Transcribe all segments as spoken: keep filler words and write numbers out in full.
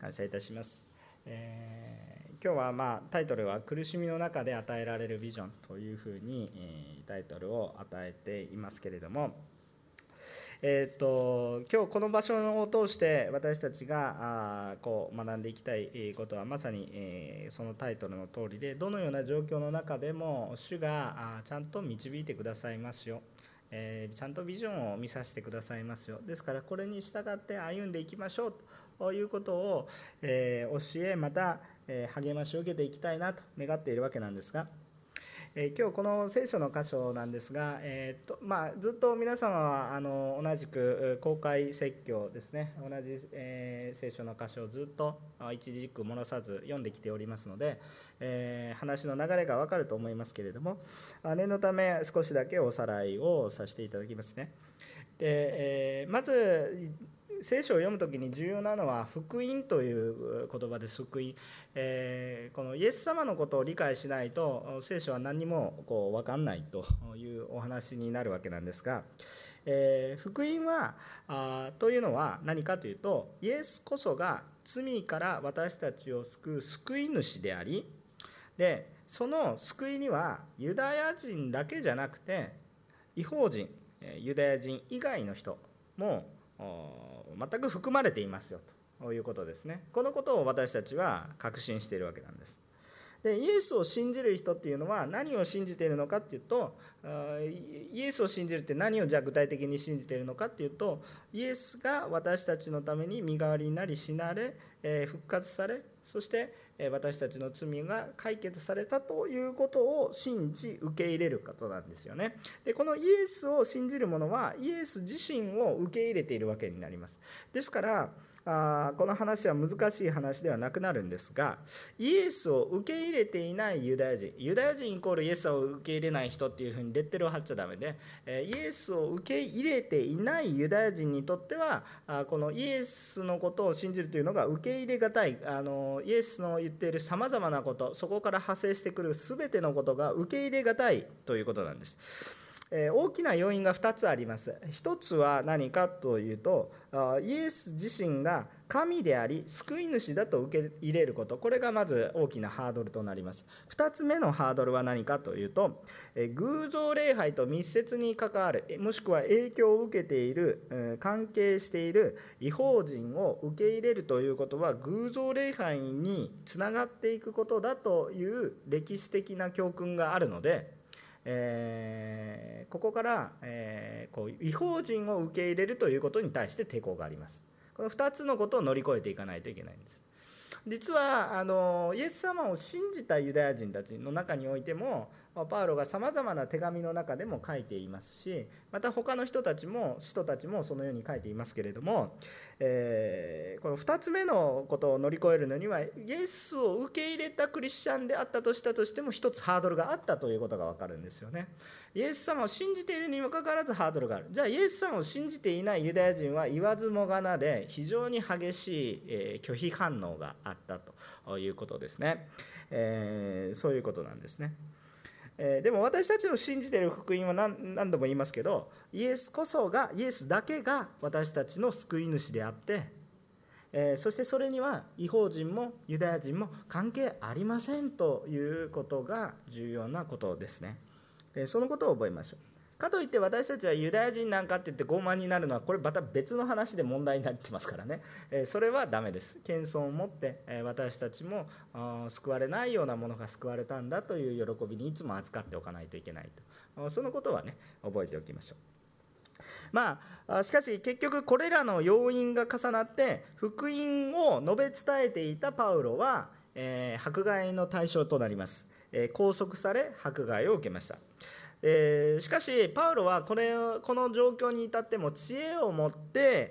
感謝いたします。えー、今日は、まあ、タイトルは苦しみの中で与えられるビジョンというふうに、えー、タイトルを与えていますけれども、えー、と今日この場所を通して私たちがあこう学んでいきたいことはまさに、えー、そのタイトルの通りで、どのような状況の中でも主があちゃんと導いてくださいますよ、えー、ちゃんとビジョンを見させてくださいますよ。ですからこれに従って歩んでいきましょうということを、えー、教え、また、えー、励ましを受けていきたいなと願っているわけなんですが、えー、今日この聖書の箇所なんですが、えーとまあ、ずっと皆様はあの同じく公開説教ですね、同じ、えー、聖書の箇所をずっと一軸漏らさず読んできておりますので、えー、話の流れが分かると思いますけれども、念のため少しだけおさらいをさせていただきますね。で、えー、まず聖書を読むときに重要なのは福音という言葉です。福音、えー、このイエス様のことを理解しないと聖書は何にもこう分かんないというお話になるわけなんですが、えー、福音はあというのは何かというと、イエスこそが罪から私たちを救う救い主であり、でその救いにはユダヤ人だけじゃなくて異邦人、ユダヤ人以外の人も全く含まれていますよということですね。このことを私たちは確信しているわけなんです。でイエスを信じる人っていうのは何を信じているのかっていうと、イエスを信じるって何をじゃあ具体的に信じているのかっていうと、イエスが私たちのために身代わりになり死なれ、復活され、そして私たちの罪が解決されたということを信じ受け入れることなんですよね。でこのイエスを信じる者はイエス自身を受け入れているわけになります。ですからあこの話は難しい話ではなくなるんですが、イエスを受け入れていないユダヤ人、ユダヤ人イコールイエスを受け入れない人っていうふうにレッテルを貼っちゃダメで、イエスを受け入れていないユダヤ人にとってはこのイエスのことを信じるというのが受け入れがたい、あのイエスの言っているさまざまなこと、そこから派生してくる全てのことが受け入れがたいということなんです。大きな要因がふたつあります。ひとつは何かというと、イエス自身が神であり救い主だと受け入れること、これがまず大きなハードルとなります。ふたつめのハードルは何かというと、偶像礼拝と密接に関わる、もしくは影響を受けている、関係している異邦人を受け入れるということは偶像礼拝につながっていくことだという歴史的な教訓があるので、えー、ここから、えー、こう異邦人を受け入れるということに対して抵抗があります。このふたつのことを乗り越えていかないといけないんです。実はあのイエス様を信じたユダヤ人たちの中においても、パウロがさまざまな手紙の中でも書いていますし、また他の人たちも使徒たちもそのように書いていますけれども、えー、このふたつめのことを乗り越えるのには、イエスを受け入れたクリスチャンであったとしたとしても一つハードルがあったということが分かるんですよね。イエス様を信じているにもかかわらずハードルがある。じゃあイエス様を信じていないユダヤ人は言わずもがなで非常に激しい、えー、拒否反応があったということですね。えー、そういうことなんですね。えー、でも私たちの信じている福音は 何, 何度も言いますけど、イエスこそが、イエスだけが私たちの救い主であって、えー、そしてそれには異邦人もユダヤ人も関係ありませんということが重要なことですね。えー、そのことを覚えましょう。かといって私たちはユダヤ人なんかって言って傲慢になるのは、これまた別の話で問題になってますからね。それはダメです。謙遜を持って私たちも救われないようなものが救われたんだという喜びにいつも預かっておかないといけないと、そのことはね覚えておきましょう。まあ、しかし結局これらの要因が重なって福音を述べ伝えていたパウロは、えー、迫害の対象となります。えー、拘束され迫害を受けました。えー、しかしパウロはこれこの状況に至っても知恵を持って、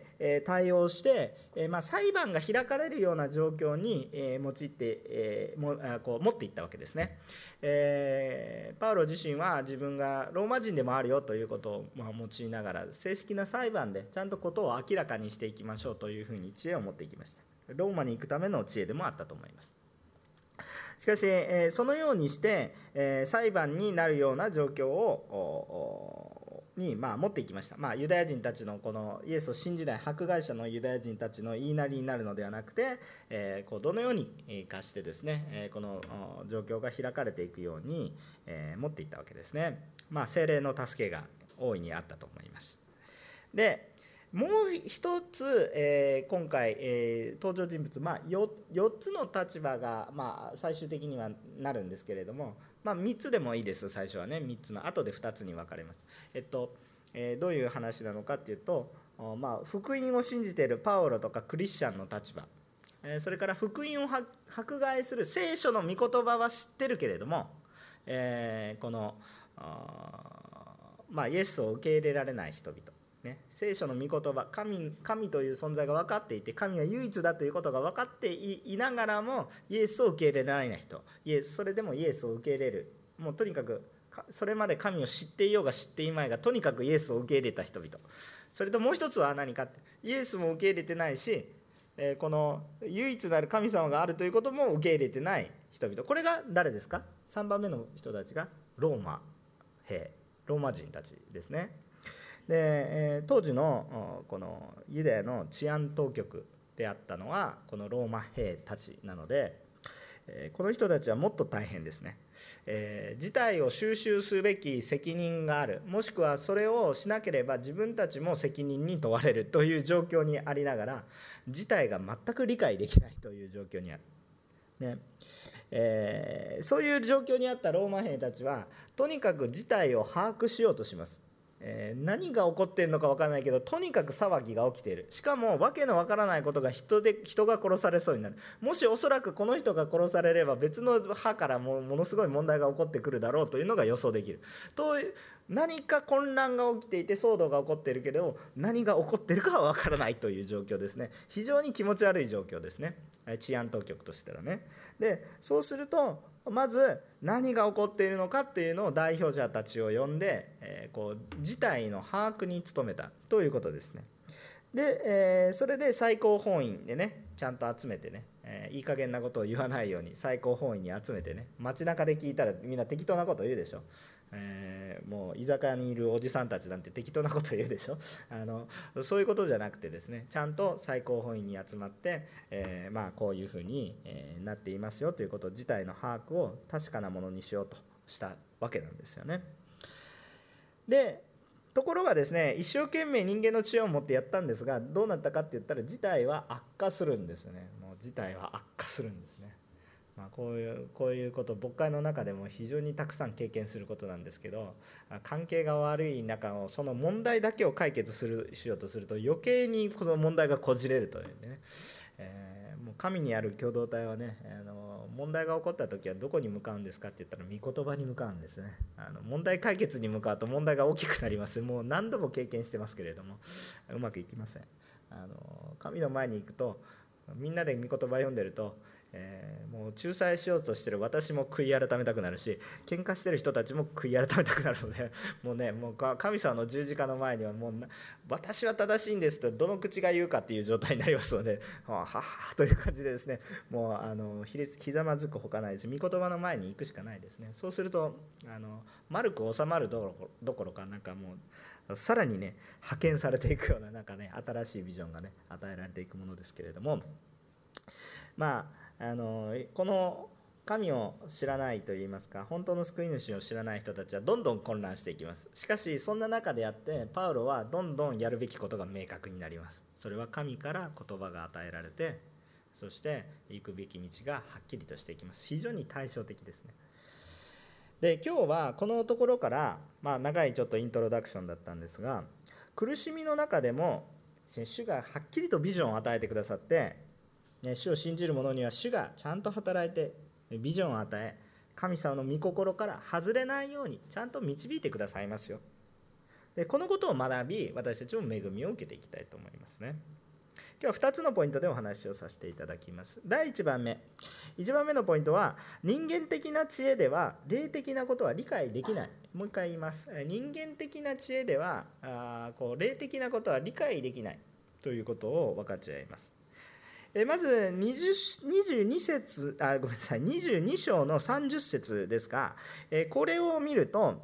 えー、対応して、えーまあ、裁判が開かれるような状況に、えー、用いて、えー、もこう持っていったわけですね。えー、パウロ自身は自分がローマ人でもあるよということを、まあ、用いながら正式な裁判でちゃんとことを明らかにしていきましょうというふうに知恵を持っていきました。ローマに行くための知恵でもあったと思います。しかし、そのようにして裁判になるような状況をにまあ持っていきました。まあ、ユダヤ人たちのこのイエスを信じない迫害者のユダヤ人たちの言いなりになるのではなくて、えー、こうどのように生かしてですね、えー、この状況が開かれていくように、えー、持っていったわけですね。まあ、聖霊の助けが大いにあったと思います。でもう一つ、えー、今回、えー、登場人物、まあ、よっつの立場が、まあ、最終的にはなるんですけれども、まあ、みっつでもいいです。最初はねみっつの後でふたつに分かれます。えっとえー、どういう話なのかっていうと、まあ、福音を信じているパウロとかクリスチャンの立場、えー、それから福音を迫害する聖書の御言葉は知ってるけれども、えー、このまあ、イエスを受け入れられない人々ね、聖書の御言葉 神, 神という存在が分かっていて、神は唯一だということが分かって い, いながらもイエスを受け入れられない人、イエスそれでもイエスを受け入れる、もうとにかくそれまで神を知っていようが知っていまいがとにかくイエスを受け入れた人々、それともう一つは何かって、イエスも受け入れてないし、えー、この唯一なる神様があるということも受け入れてない人々、これが誰ですか？さんばんめの人たちがローマ兵、ローマ人たちですね。で、えー、当時のこのユダヤの治安当局であったのはこのローマ兵たちなので、えー、この人たちはもっと大変ですね、えー、事態を収拾すべき責任がある、もしくはそれをしなければ自分たちも責任に問われるという状況にありながら、事態が全く理解できないという状況にある、ねえー、そういう状況にあったローマ兵たちはとにかく事態を把握しようとします。えー、何が起こっているのか分からないけど、とにかく騒ぎが起きている。しかも訳の分からないことが 人, で人が殺されそうになる。もしおそらくこの人が殺されれば別の派からもものすごい問題が起こってくるだろうというのが予想できると、何か混乱が起きていて騒動が起こっているけれども、何が起こっているかは分からないという状況ですね。非常に気持ち悪い状況ですね、治安当局としてはね。でそうするとまず何が起こっているのかっていうのを代表者たちを呼んで、えー、こう事態の把握に努めたということですね。で、えー、それで最高法院でねちゃんと集めてね、えー、いい加減なことを言わないように最高法院に集めてね、街中で聞いたらみんな適当なこと言うでしょ。えー、もう居酒屋にいるおじさんたちなんて適当なこと言うでしょ。あのそういうことじゃなくてですね、ちゃんと最高法院に集まって、えー、まあこういうふうに、えー、なっていますよということ、自体の把握を確かなものにしようとしたわけなんですよね。でところがですね、一生懸命人間の知恵を持ってやったんですが、どうなったかって言ったら事態は悪化するんですよね。もう事態は悪化するんですね。まあ、こういうこういうこと牧会の中でも非常にたくさん経験することなんですけど、関係が悪い中をその問題だけを解決するしようとすると余計にこの問題がこじれるというね、えー、もう神にある共同体はね、あの問題が起こった時はどこに向かうんですかって言ったら御言葉に向かうんですね。あの問題解決に向かうと問題が大きくなります。もう何度も経験してますけれどもうまくいきません。あの神の前に行くとみんなで御言葉読んでると、えー、もう仲裁しようとしてる私も悔い改めたくなるし、喧嘩してる人たちも悔い改めたくなるので、もうねもう神様の十字架の前にはもう私は正しいんですとどの口が言うかっていう状態になりますので、ははという感じでですね、もうあのひざまずくほかないです。御言葉の前に行くしかないですね。そうするとあの丸く収まるどころか、なんかもうさらにね派遣されていくような、なんかね新しいビジョンがね与えられていくものですけれども、まああのこの神を知らないといいますか、本当の救い主を知らない人たちはどんどん混乱していきます。しかしそんな中であってパウロはどんどんやるべきことが明確になります。それは神から言葉が与えられて、そして行くべき道がはっきりとしていきます。非常に対照的ですね。で今日はこのところから、まあ、長いちょっとイントロダクションだったんですが、苦しみの中でも主がはっきりとビジョンを与えてくださって、主を信じる者には主がちゃんと働いてビジョンを与え、神様の御心から外れないようにちゃんと導いてくださいますよ。でこのことを学び、私たちも恵みを受けていきたいと思いますね。今日はふたつのポイントでお話をさせていただきます。だいいちばんめ、いちばんめのポイントは、人間的な知恵では霊的なことは理解できない。もう一回言います。人間的な知恵ではあこう霊的なことは理解できないということを分かち合います。まずにじゅうに節あごめんなさいにじゅうに章のさんじゅっ節ですが、これを見ると、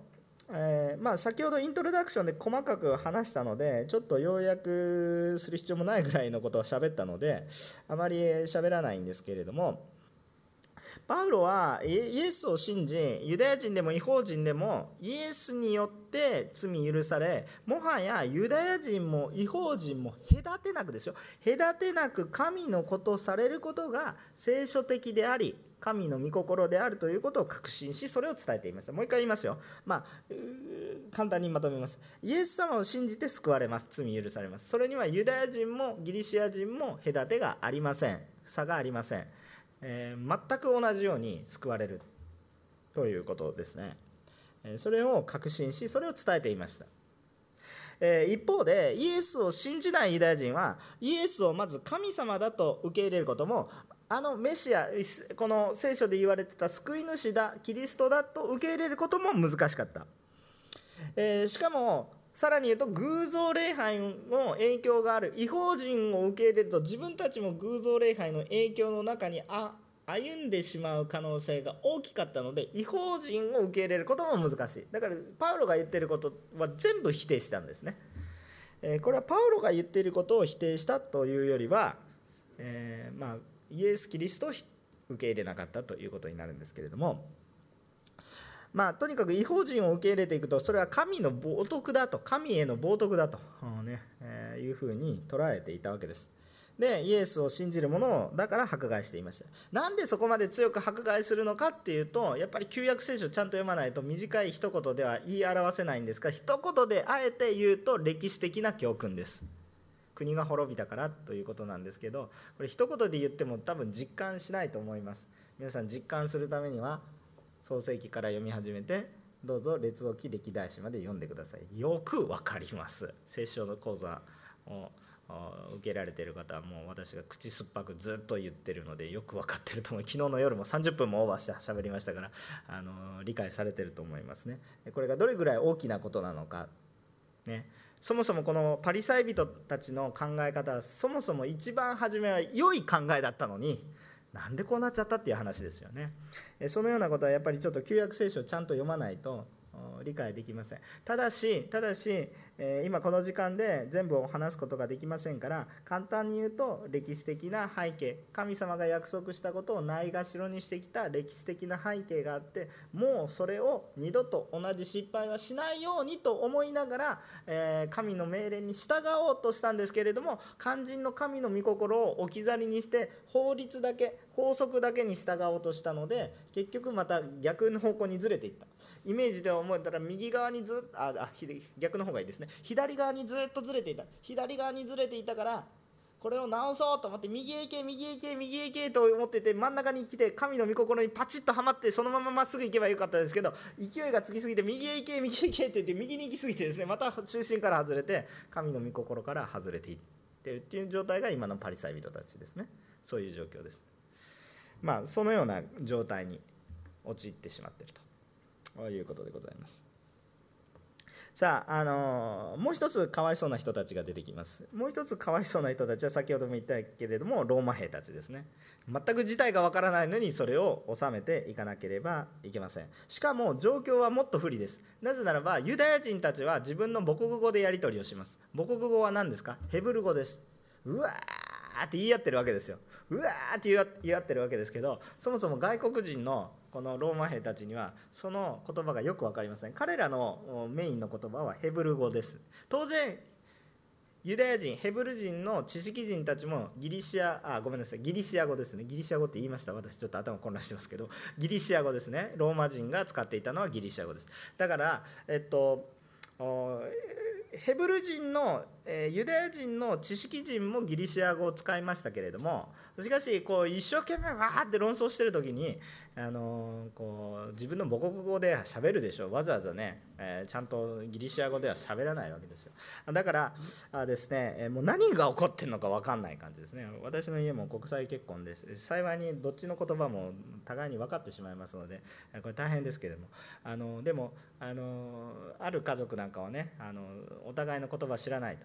えーまあ、先ほどイントロダクションで細かく話したので、ちょっと要約する必要もないぐらいのことを喋ったので、あまり喋らないんですけれども、パウロはイエスを信じ、ユダヤ人でも異邦人でもイエスによって罪許され、もはやユダヤ人も異邦人も隔てなくですよ、隔てなく神の子とされることが聖書的であり、神の御心であるということを確信し、それを伝えています。もう一回言いますよ。まあ、簡単にまとめます。イエス様を信じて救われます。罪許されます。それにはユダヤ人もギリシア人も隔てがありません。差がありません。えー、全く同じように救われるということですね。それを確信し、それを伝えていました。えー、一方でイエスを信じないユダヤ人はイエスをまず神様だと受け入れることも、あのメシア、この聖書で言われてた救い主だ、キリストだと受け入れることも難しかった。えー、しかもさらに言うと、偶像礼拝の影響がある異邦人を受け入れると、自分たちも偶像礼拝の影響の中にあ歩んでしまう可能性が大きかったので、異邦人を受け入れることも難しい。だからパウロが言っていることは全部否定したんですね。えー、これはパウロが言っていることを否定したというよりは、えー、まあイエス・キリストを受け入れなかったということになるんですけれども、まあ、とにかく異邦人を受け入れていくと、それは神の冒涜だと、神への冒涜だと、ねえー、いうふうに捉えていたわけです。で、イエスを信じる者をだから迫害していました。なんでそこまで強く迫害するのかっていうと、やっぱり旧約聖書をちゃんと読まないと短い一言では言い表せないんですが、一言であえて言うと歴史的な教訓です。国が滅びたからということなんですけど、これ一言で言っても多分実感しないと思います。皆さん実感するためには創世記から読み始めて、どうぞ列王記歴代史まで読んでください。よくわかります。聖書の講座を受けられている方はもう私が口酸っぱくずっと言ってるのでよく分かってると思う。昨日の夜もさんじゅっぷんもオーバーして喋りましたから、あの理解されてると思いますね。これがどれぐらい大きなことなのかね。そもそもこのパリサイ人たちの考え方は、そもそも一番初めは良い考えだったのに、なんでこうなっちゃったっていう話ですよね。そのようなことはやっぱりちょっと旧約聖書をちゃんと読まないと理解できません。ただしただし、今この時間で全部を話すことができませんから、簡単に言うと歴史的な背景、神様が約束したことをないがしろにしてきた歴史的な背景があって、もうそれを二度と同じ失敗はしないようにと思いながら、えー、神の命令に従おうとしたんですけれども、肝心の神の御心を置き去りにして法律だけ、法則だけに従おうとしたので、結局また逆の方向にずれていった。イメージで思えたら右側にずっとああ逆の方がいいですね。左側にずっとずれていた左側にずれていたから、これを直そうと思って右へ行け右へ行け右へ行けと思ってて、真ん中に来て神の御心にパチッとはまって、そのまままっすぐ行けばよかったですけど、勢いがつきすぎて右へ行け右へ行けって言って右に行きすぎてですね、また中心から外れて神の御心から外れていってるっていう状態が今のパリサイ人たちですね。そういう状況です。まあそのような状態に陥ってしまっているということでございます。さあ、あのー、もう一つかわいそうな人たちが出てきます。もう一つかわいそうな人たちは先ほども言ったけれども、ローマ兵たちですね。全く事態がわからないのにそれを収めていかなければいけません。しかも状況はもっと不利です。なぜならばユダヤ人たちは自分の母国語でやり取りをします。母国語は何ですか？ヘブル語です。うわーって言い合ってるわけですよ。うわーって言い合ってるわけですけど、そもそも外国人のこのローマ兵たちにはその言葉がよく分かりません。彼らのメインの言葉はヘブル語です。当然ユダヤ人、ヘブル人の知識人たちもギリシアあごめんなさいギリシア語ですね。ギリシア語って言いました。私ちょっと頭混乱してますけど、ギリシア語ですね。ローマ人が使っていたのはギリシア語です。だからえっとヘブル人の、えー、ユダヤ人の知識人もギリシア語を使いましたけれども、しかしこう一生懸命わーって論争してる時に、あのー、こう自分の母国語で喋るでしょ。わざわざね、えー、ちゃんとギリシア語では喋らないわけですよ。だからあですね、えー、もう何が起こってるのか分かんない感じですね。私の家も国際結婚です。幸いにどっちの言葉も互いに分かってしまいますので、これ大変ですけれども、あのでもあのある家族なんかはね、あのお互いの言葉知らないと。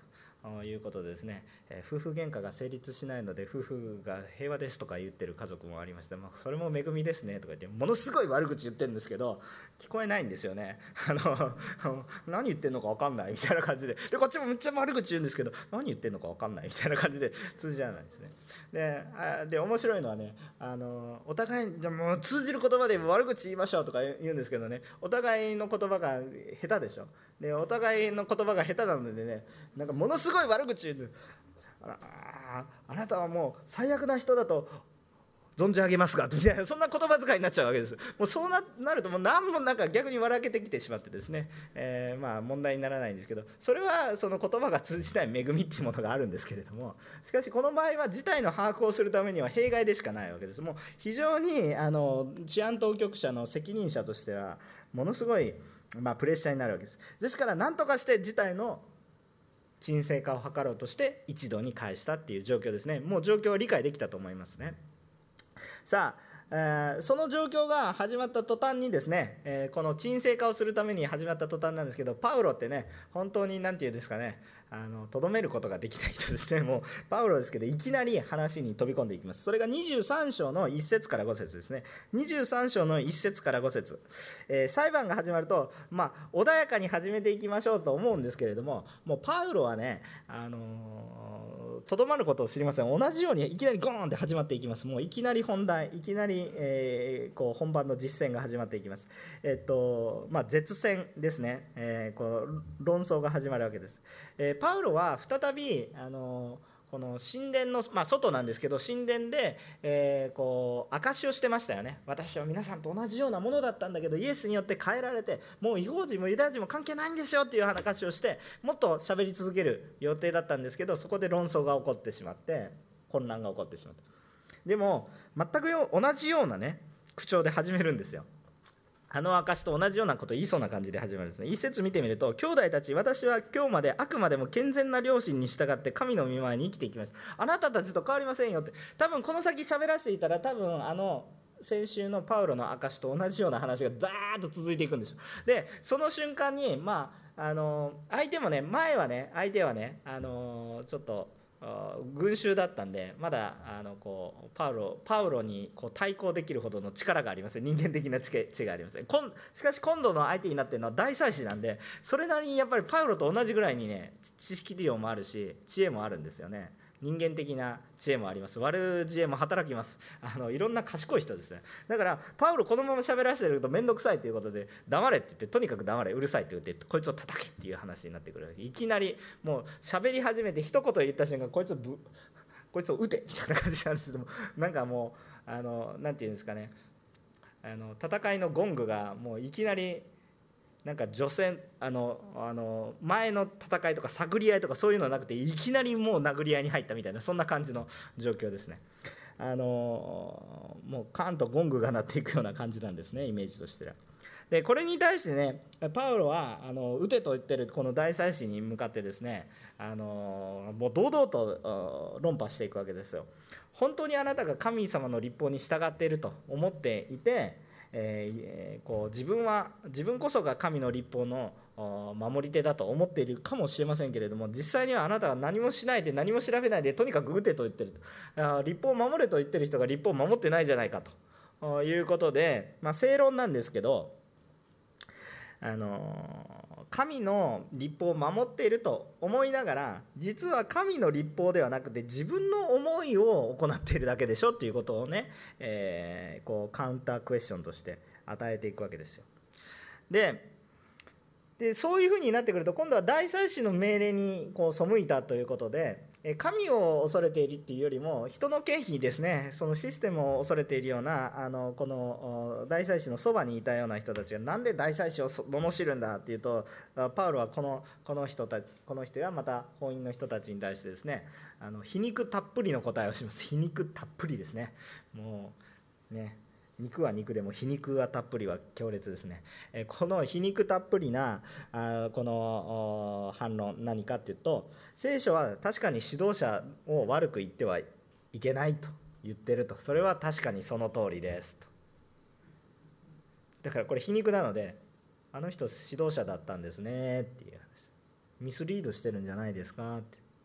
いうことでですね、えー、夫婦喧嘩が成立しないので夫婦が平和ですとか言ってる家族もありまして、まあ、それも恵みですねとか言ってものすごい悪口言ってるんですけど聞こえないんですよね。あの何言ってんのか分かんないみたいな感じで、でこっちもめっちゃ悪口言うんですけど何言ってんのか分かんないみたいな感じで通じ合わないんですね。であで面白いのはね、あのお互いじゃもう通じる言葉で悪口言いましょうとか言うんですけどね、お互いの言葉が下手でしょ。でお互いの言葉が下手なのでね、なんかものすごい悪口言う。あら あ, あなたはもう最悪な人だと存じ上げますがみたいな、そんな言葉遣いになっちゃうわけです。もうそう な, なるともう何もなんか逆に笑けてきてしまってですね、えー、まあ問題にならないんですけど、それはその言葉が通じない恵みっていうものがあるんですけれども、しかしこの場合は事態の把握をするためには弊害でしかないわけです。もう非常にあの治安当局者の責任者としてはものすごい、まあ、プレッシャーになるわけです。ですから何とかして事態の沈静化を図ろうとして一度に返したっていう状況ですね。もう状況は理解できたと思いますね。さあ、えー、その状況が始まった途端にですね、えー、この沈静化をするために始まった途端なんですけど、パウロってね本当に何て言うんですかね、あのとどめることができない人ですね。もうパウロですけどいきなり話に飛び込んでいきます。それがにじゅうさん章のいっ節からご節ですね。にじゅうさん章のいっ節からご節、えー、裁判が始まると、まあ、穏やかに始めていきましょうと思うんですけれども、もうパウロはね、あのとどまることを知りません。同じようにいきなりゴーンって始まっていきます。もういきなり本題、いきなり、えー、こう本番の実践が始まっていきます。えっとまあ、絶戦ですね、えー、こう論争が始まるわけです。えー、パウロは再びあのこの神殿の、まあ、外なんですけど神殿で、えー、こう証しをしてましたよね。私は皆さんと同じようなものだったんだけどイエスによって変えられて、もう異邦人もユダヤ人も関係ないんですよっていう証をしてもっと喋り続ける予定だったんですけど、そこで論争が起こってしまって混乱が起こってしまった。でも全く同じようなね口調で始めるんですよ。あの証と同じようなことを言いそうな感じで始まるんですね。一節見てみると、兄弟たち、私は今日まであくまでも健全な良心に従って神の御前に生きていきました。あなたたちと変わりませんよって。多分この先喋らせていたら、多分あの先週のパウロの証と同じような話がダーッと続いていくんですよ。でその瞬間に、まあ、あの相手もね前はね相手はねあのちょっと群衆だったんで、まだあのこうパウロパウロにこう対抗できるほどの力がありません。人間的な知恵がありません。しかし今度の相手になっているのは大祭司なんで、それなりにやっぱりパウロと同じぐらいにね知識量もあるし知恵もあるんですよね。人間的な知恵もあります。悪知恵も働きます。あのいろんな賢い人ですね。だからパウロこのまま喋らせてると面倒くさいということで、黙れって言って、とにかく黙れ、うるさいって言ってこいつを叩けっていう話になってくる。いきなりもう喋り始めて一言言った瞬間、こいつをぶこいつを撃てみたいな感じなんですけども、なんかもうあのなんていうんですかね、あの戦いのゴングがもういきなりなんか女性あのあの前の戦いとか探り合いとかそういうのなくて、いきなりもう殴り合いに入ったみたいな、そんな感じの状況ですね。あのもうカーンとゴングが鳴っていくような感じなんですね、イメージとしては。でこれに対してねパウロはあの撃てと言ってるこの大祭司に向かってですね、あのもう堂々と論破していくわけですよ。本当にあなたが神様の律法に従っていると思っていて、えー、こう自分は自分こそが神の律法の守り手だと思っているかもしれませんけれども、実際にはあなたは何もしないで何も調べないでとにかく撃てと言ってると、律法を守れと言ってる人が律法を守ってないじゃないかということで、まあ、正論なんですけど、あの神の律法を守っていると思いながら、実は神の律法ではなくて自分の思いを行っているだけでしょっていうことをね、えー、こうカウンタークエスチョンとして与えていくわけですよ。ででそういうふうになってくると、今度は大祭司の命令にこう背いたということで、神を恐れているっていうよりも人の権威ですね、そのシステムを恐れているような、あのこの大祭司のそばにいたような人たちが、なんで大祭司を罵るんだっていうと、パウロはこのこの人たちこの人やまた本員の人たちに対してですね、あの皮肉たっぷりの答えをします。皮肉たっぷりですね。もうね、肉は肉でも皮肉はたっぷりは強烈ですね。この皮肉たっぷりなこの反論、何かっていうと、聖書は確かに指導者を悪く言ってはいけないと言ってると、それは確かにその通りですと。だからこれ皮肉なので、あの人指導者だったんですねっていう話、ミスリードしてるんじゃないですかって。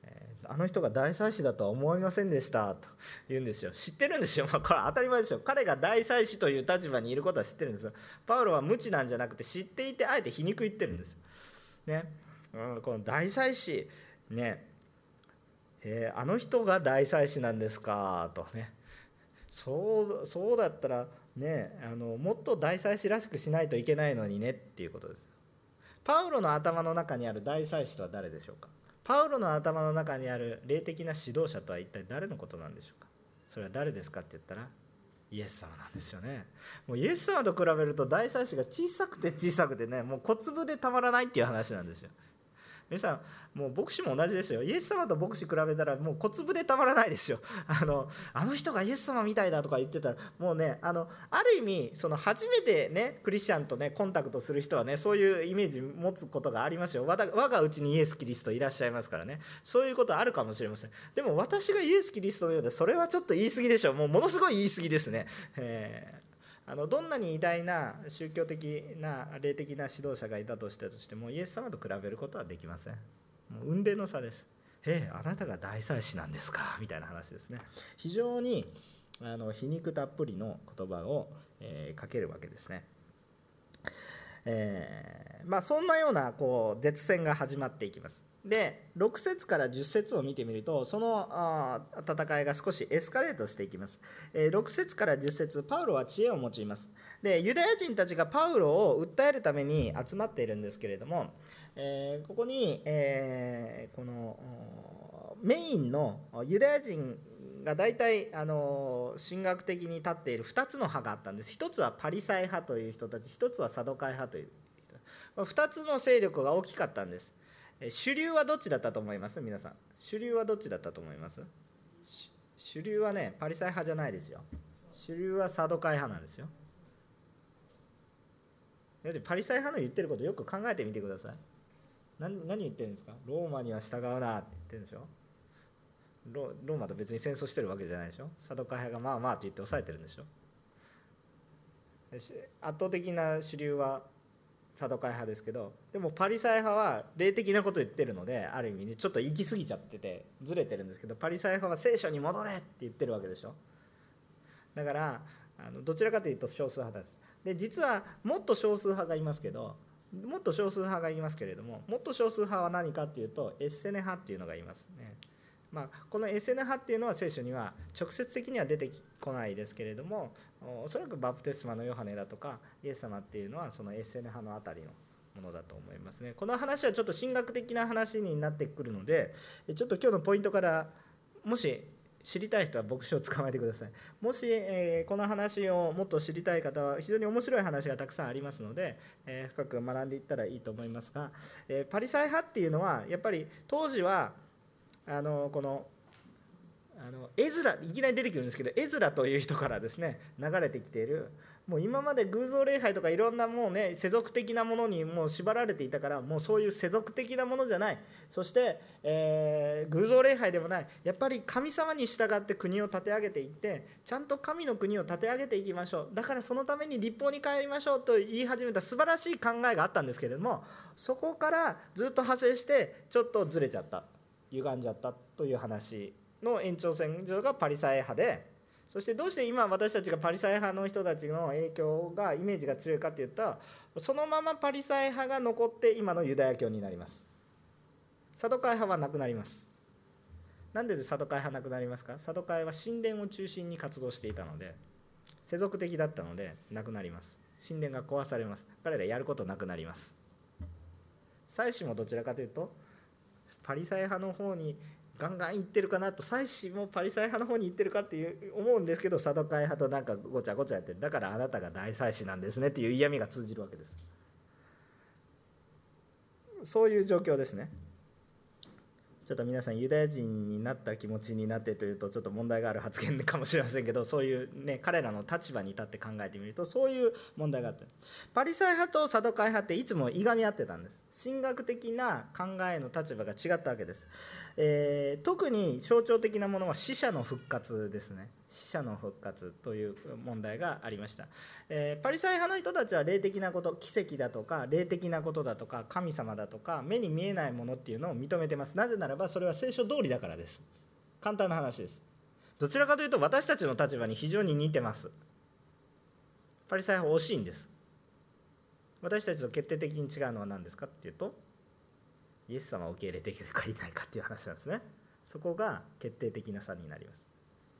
あの人が大祭司だとは思いませんでしたと言うんですよ。知ってるんですよ、まあ、これ当たり前でしょ。彼が大祭司という立場にいることは知ってるんですよ。パウロは無知なんじゃなくて知っていてあえて皮肉言ってるんですよ、ね、うん、この大祭司ね、えー、あの人が大祭司なんですかとね、そうそうだったらね、あのもっと大祭司らしくしないといけないのにねっていうことです。パウロの頭の中にある大祭司とは誰でしょうか。パウロの頭の中にある霊的な指導者とは一体誰のことなんでしょうか。それは誰ですかって言ったらイエス様なんですよね。もうイエス様と比べると大祭司が小さくて小さくてね、もう小粒でたまらないっていう話なんですよ。皆さん、もう牧師も同じですよ。イエス様と牧師比べたらもう小粒でたまらないですよ。あのあの人がイエス様みたいだとか言ってたらもうね、あのある意味その初めてねクリスチャンとねコンタクトする人はねそういうイメージ持つことがありますよ。我が我がうちにイエス・キリストいらっしゃいますからね、そういうことあるかもしれません。でも私がイエス・キリストのようでそれはちょっと言い過ぎでしょう。もうものすごい言い過ぎですね。えーあのどんなに偉大な宗教的な霊的な指導者がいたとしてとしてもイエス様と比べることはできません。もう雲泥の差です。ええ、あなたが大祭司なんですかみたいな話ですね。非常にあの皮肉たっぷりの言葉を、えー、かけるわけですね。えーまあ、そんなようなこう絶戦が始まっていきます。でろく節からじゅっ節を見てみるとそのあ戦いが少しエスカレートしていきます。えー、ろく節からじゅっ節、パウロは知恵を用います。でユダヤ人たちがパウロを訴えるために集まっているんですけれども、えー、ここに、えー、このメインのユダヤ人が大体あの神学的に立っているふたつの派があったんです。ひとつはパリサイ派という人たち、ひとつはサドカイ派という人、ふたつの勢力が大きかったんです。主流はどっちだったと思います？皆さん、主流はどっちだったと思います？主流はね、パリサイ派じゃないですよ。主流はサドカイ派なんですよ。だってパリサイ派の言ってることよく考えてみてください。何, 何言ってるんですか。ローマには従うなって言ってるんでしょ。 ロ, ローマと別に戦争してるわけじゃないでしょ。サドカイ派がまあまあと言って抑えてるんでしょ。圧倒的な主流はサドカイ派ですけど、でもパリサイ派は霊的なことを言ってるのである意味にちょっと行き過ぎちゃっててずれてるんですけど、パリサイ派は聖書に戻れって言ってるわけでしょ。だからあのどちらかというと少数派です。で実はもっと少数派がいますけどもっと少数派がいますけれどももっと少数派は何かっていうとエッセネ派っていうのがいますね。まあ、このエッセネ派っていうのは聖書には直接的には出てこないですけれども、おそらくバプテスマのヨハネだとかイエス様っていうのはそのエッセネ派のあたりのものだと思いますね。この話はちょっと神学的な話になってくるのでちょっと今日のポイントからもし知りたい人は牧師を捕まえてください。もし、えー、この話をもっと知りたい方は非常に面白い話がたくさんありますので、えー、深く学んでいったらいいと思いますが、えー、パリサイ派っていうのはやっぱり当時はあのこのあのエズラいきなり出てくるんですけどエズラという人からですね流れてきている、もう今まで偶像礼拝とかいろんなもうね世俗的なものにもう縛られていたから、もうそういう世俗的なものじゃない、そして、えー、偶像礼拝でもない、やっぱり神様に従って国を立て上げていってちゃんと神の国を立て上げていきましょう、だからそのために立法に帰りましょうと言い始めた素晴らしい考えがあったんですけれども、そこからずっと派生してちょっとずれちゃった、歪んじゃったという話の延長線上がパリサイ派で、そしてどうして今私たちがパリサイ派の人たちの影響がイメージが強いかというと、そのままパリサイ派が残って今のユダヤ教になります。サドカイ派はなくなります。なんでサドカイ派なくなりますか。サドカイは神殿を中心に活動していたので世俗的だったのでなくなります。神殿が壊されます。彼らやることなくなります。祭司もどちらかというとパリサイ派の方にガンガン行ってるかなと、祭司もパリサイ派の方に行ってるかっていう思うんですけど、サドカイ派となんかごちゃごちゃやってる、だからあなたが大祭司なんですねっていう嫌味が通じるわけです。そういう状況ですね。ちょっと皆さんユダヤ人になった気持ちになってというとちょっと問題がある発言かもしれませんけど、そういうね彼らの立場に立って考えてみるとそういう問題があった。パリサイ派とサドカイ派っていつもいがみ合ってたんです。神学的な考えの立場が違ったわけです。えー、特に象徴的なものは死者の復活ですね。 死者の復活という問題がありました。えー、パリサイ派の人たちは霊的なこと、奇跡だとか霊的なことだとか神様だとか目に見えないものっていうのを認めてます。なぜならばそれは聖書通りだからです。簡単な話です。どちらかというと私たちの立場に非常に似てます。パリサイ派は惜しいんです。私たちと決定的に違うのは何ですかっていうと、イエス様を受け入れていけるかいないかっていう話なんですね。そこが決定的な差になります。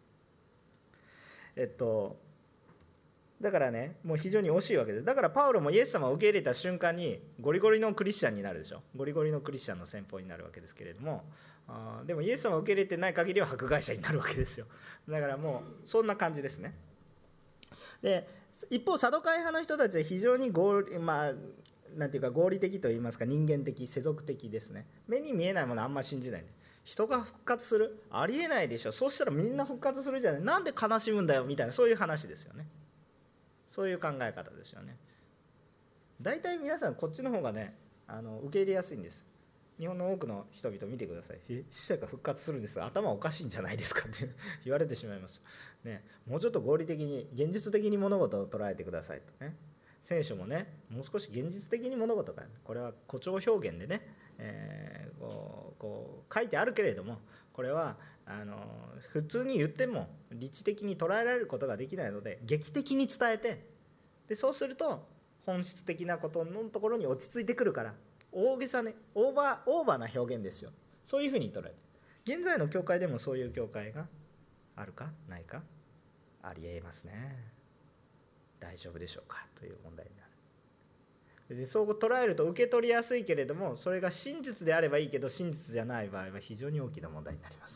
えっとだからね、もう非常に惜しいわけです。だからパウロもイエス様を受け入れた瞬間にゴリゴリのクリスチャンになるでしょ。ゴリゴリのクリスチャンの先鋒になるわけですけれども、あでもイエス様を受け入れてない限りは迫害者になるわけですよ。だからもうそんな感じですね。で一方サドカイ派の人たちは非常に合理、まあなんていうか合理的といいますか人間的世俗的ですね。目に見えないものあんま信じない。人が復活するありえないでしょ。そうしたらみんな復活するじゃない、なんで悲しむんだよみたいな、そういう話ですよね。そういう考え方ですよね。大体皆さんこっちの方がねあの受け入れやすいんです。日本の多くの人々見てください。死者が復活するんですが頭おかしいんじゃないですかって言われてしまいます、ね、もうちょっと合理的に現実的に物事を捉えてくださいとね。聖書もねもう少し現実的に物事が、これは誇張表現でね、えー、こうこう書いてあるけれども、これはあの普通に言っても理知的に捉えられることができないので劇的に伝えて、でそうすると本質的なことのところに落ち着いてくるから、大げさねオーバーオーバーな表現ですよ。そういうふうに捉えて、現在の教会でもそういう教会があるかないか、ありえますね。大丈夫でしょうかという問題になる。別にそう捉えると受け取りやすいけれども、それが真実であればいいけど真実じゃない場合は非常に大きな問題になります。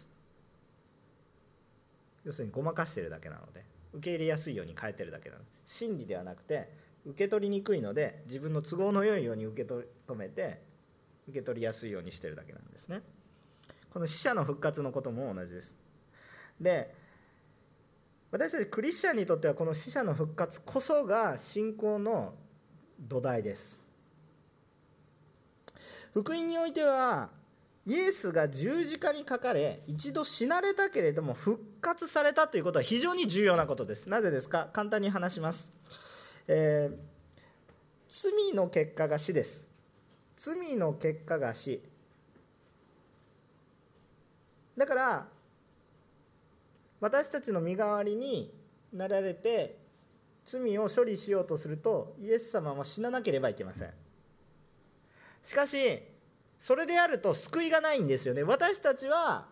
要するにごまかしてるだけなので、受け入れやすいように変えてるだけなので、真理ではなくて受け取りにくいので自分の都合の良いように受け止めて受け取りやすいようにしてるだけなんですね。この死者の復活のことも同じです。で私たちクリスチャンにとってはこの死者の復活こそが信仰の土台です。福音においてはイエスが十字架にかかれ一度死なれたけれども復活されたということは非常に重要なことです。なぜですか。簡単に話します、えー、罪の結果が死です。罪の結果が死だから、私たちの身代わりになられて罪を処理しようとするとイエス様は死ななければいけません。しかしそれであると救いがないんですよね。私たちは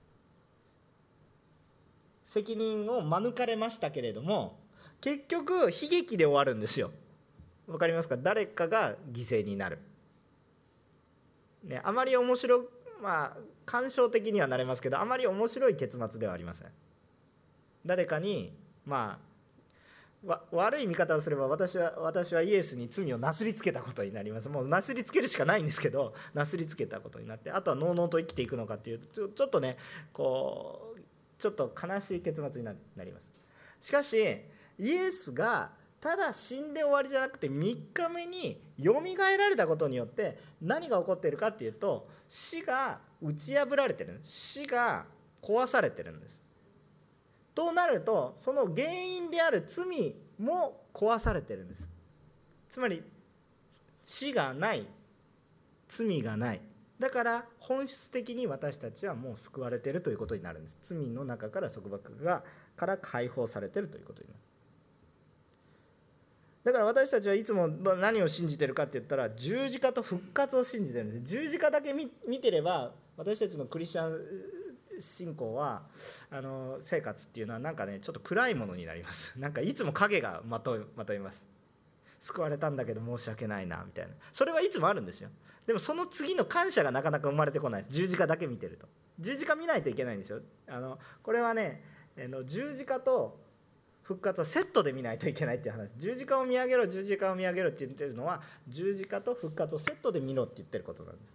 責任を免れましたけれども結局悲劇で終わるんですよ。わかりますか。誰かが犠牲になる、ね、あまり面白い、まあ感傷的にはなれますけどあまり面白い結末ではありません。誰かにまあ悪い見方をすれば私は私はイエスに罪をなすりつけたことになります。もうなすりつけるしかないんですけど、なすりつけたことになって、あとはのうのうと生きていくのかっていうちょ、ちょっとねこうちょっと悲しい結末になります。しかしイエスがただ死んで終わりじゃなくてみっかめによみがえられたことによって何が起こっているかっていうと、死が打ち破られてる、死が壊されてるんです。となるとその原因である罪も壊されてるんです。つまり死がない、罪がない、だから本質的に私たちはもう救われているということになるんです。罪の中から束縛がから解放されているということになる。だから私たちはいつも何を信じているかって言ったら十字架と復活を信じてるんです。十字架だけ 見, 見てれば私たちのクリスチャン信仰はあの生活っていうのはなんかねちょっと暗いものになります。なんかいつも影がまとまといます。救われたんだけど申し訳ないなみたいな、それはいつもあるんですよ。でもその次の感謝がなかなか生まれてこないです。十字架だけ見てると。十字架見ないといけないんですよ。あのこれはねあの十字架と復活はセットで見ないといけないっていう話。十字架を見上げろ十字架を見上げろって言ってるのは十字架と復活をセットで見ろって言ってることなんです。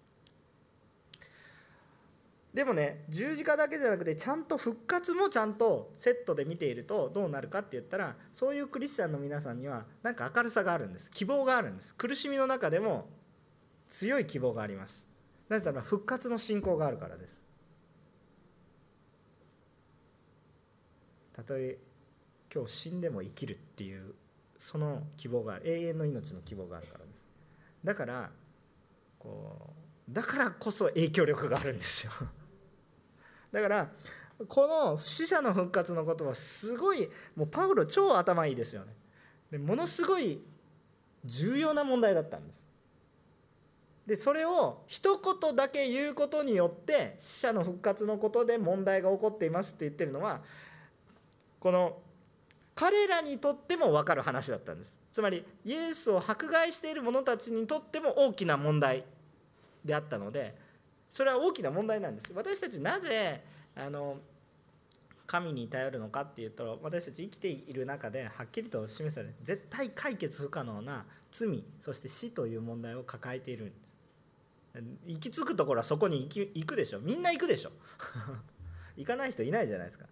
でもね十字架だけじゃなくてちゃんと復活もちゃんとセットで見ているとどうなるかって言ったら、そういうクリスチャンの皆さんにはなんか明るさがあるんです。希望があるんです。苦しみの中でも強い希望があります。なぜなら復活の信仰があるからです。 たとえ今日死んでも生きるっていうその希望がある、永遠の命の希望があるからです。だからこうだからこそ影響力があるんですよ。だからこの死者の復活のことはすごい、もうパウロ超頭いいですよね。でものすごい重要な問題だったんです。でそれを一言だけ言うことによって死者の復活のことで問題が起こっていますって言ってるのは、この彼らにとっても分かる話だったんです。つまりイエスを迫害している者たちにとっても大きな問題であったので、それは大きな問題なんです。私たちなぜあの神に頼るのかっていうと、私たち生きている中ではっきりと示される絶対解決不可能な罪、そして死という問題を抱えているんです。行き着くところはそこに行き行くでしょ。みんな行くでしょ。行かない人いないじゃないですか。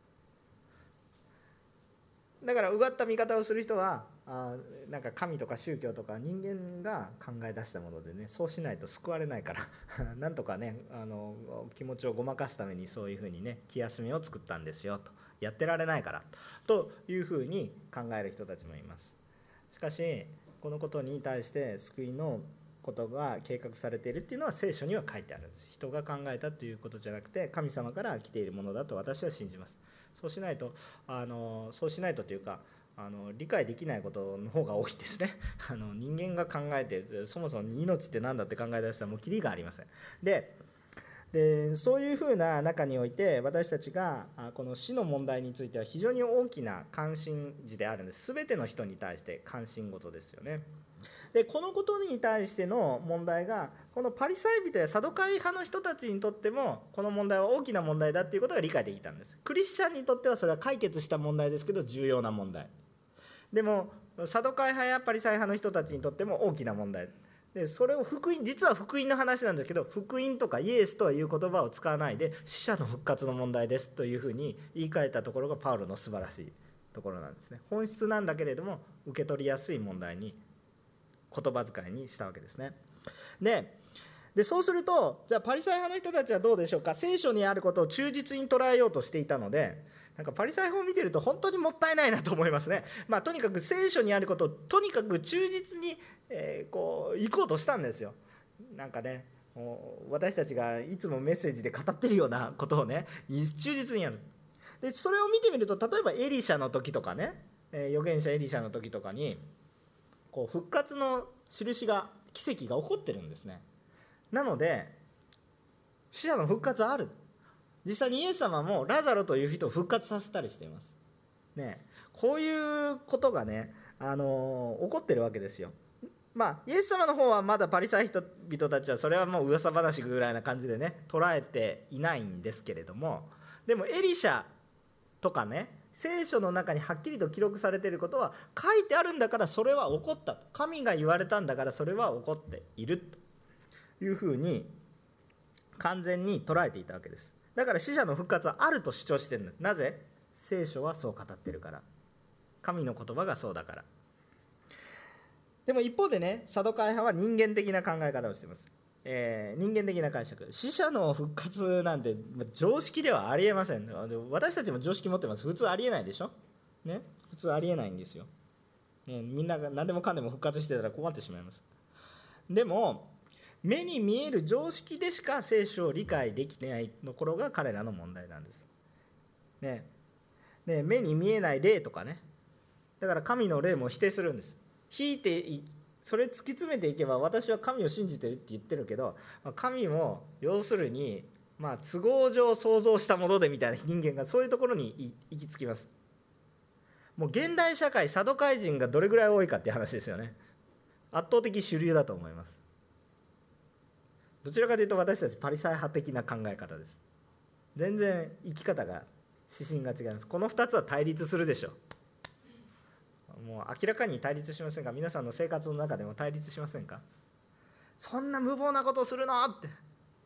だからうがった見方をする人は、あなんか神とか宗教とか人間が考え出したものでね、そうしないと救われないからなんとかね、あの気持ちをごまかすためにそういうふうにね気休めを作ったんですよと、やってられないからというふうに考える人たちもいます。しかしこのことに対して救いのことが計画されているっていうのは聖書には書いてあるんです。人が考えたということじゃなくて神様から来ているものだと私は信じます。そうしないとあのそうしないとというかあの理解できないことの方が多いですね。あの人間が考えてそもそも命って何だって考え出したらもうキリがありません。ででそういうふうな中において私たちがこの死の問題については非常に大きな関心事であるんです。全ての人に対して関心事ですよね。でこのことに対しての問題がこのパリサイ人やサドカイ派の人たちにとってもこの問題は大きな問題だっていうことが理解できたんです。クリスチャンにとってはそれは解決した問題ですけど重要な問題でも、サドカイ派やパリサイ派の人たちにとっても大きな問題で、それを福音、実は福音の話なんですけど、福音とかイエスという言葉を使わないで死者の復活の問題ですというふうに言い換えたところがパウロの素晴らしいところなんですね。本質なんだけれども受け取りやすい問題に言葉遣いにしたわけですね。ででそうすると、じゃあパリサイ派の人たちはどうでしょうか。聖書にあることを忠実に捉えようとしていたので、なんかパリサイ派を見てると本当にもったいないなと思いますね。まあとにかく聖書にあることをとにかく忠実に、えー、こう行こうとしたんですよ。なんかね、私たちがいつもメッセージで語ってるようなことをね忠実にやる。でそれを見てみると、例えばエリシャの時とかね、えー、預言者エリシャの時とかにこう復活の印が奇跡が起こってるんですね。なので死者の復活ある。実際にイエス様もラザロという人を復活させたりしています、ね、こういうことがね、あのー、起こってるわけですよ。まあイエス様の方はまだパリサイ人々たちはそれはもう噂話ぐらいな感じでね捉えていないんですけれども、でもエリシャとかね聖書の中にはっきりと記録されていることは書いてあるんだからそれは起こったと、神が言われたんだからそれは起こっているというふうに完全に捉えていたわけです。だから死者の復活はあると主張しているの。なぜ？聖書はそう語ってるから、神の言葉がそうだから。でも一方でね、サドカイ派は人間的な考え方をしています。えー、人間的な解釈、死者の復活なんて常識ではありえません。私たちも常識持ってます。普通ありえないでしょ、ね、普通ありえないんですよ、ね、みんなが何でもかんでも復活してたら困ってしまいます。でも目に見える常識でしか聖書を理解できないところが彼らの問題なんです、ねね、目に見えない霊とかね、だから神の霊も否定するんです。引いてそれ突き詰めていけば私は神を信じてるって言ってるけど、神も要するに、まあ、都合上想像したものでみたいな人間がそういうところに行き着きます。もう現代社会サドカイ人がどれぐらい多いかっていう話ですよね。圧倒的主流だと思います。どちらかというと私たちパリサイ派的な考え方です。全然生き方が指針が違います。このふたつは対立するでしょう。もう明らかに対立しませんか。皆さんの生活の中でも対立しませんか。そんな無謀なことをするのって、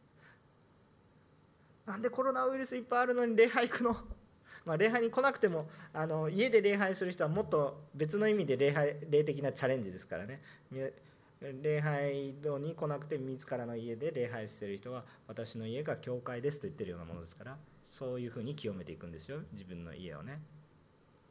なんでコロナウイルスいっぱいあるのに礼拝行くの。まあ礼拝に来なくてもあの家で礼拝する人はもっと別の意味で礼拝霊的なチャレンジですからね。礼拝堂に来なくて自らの家で礼拝している人は私の家が教会ですと言ってるようなものですから、そういうふうに清めていくんですよ、自分の家をね。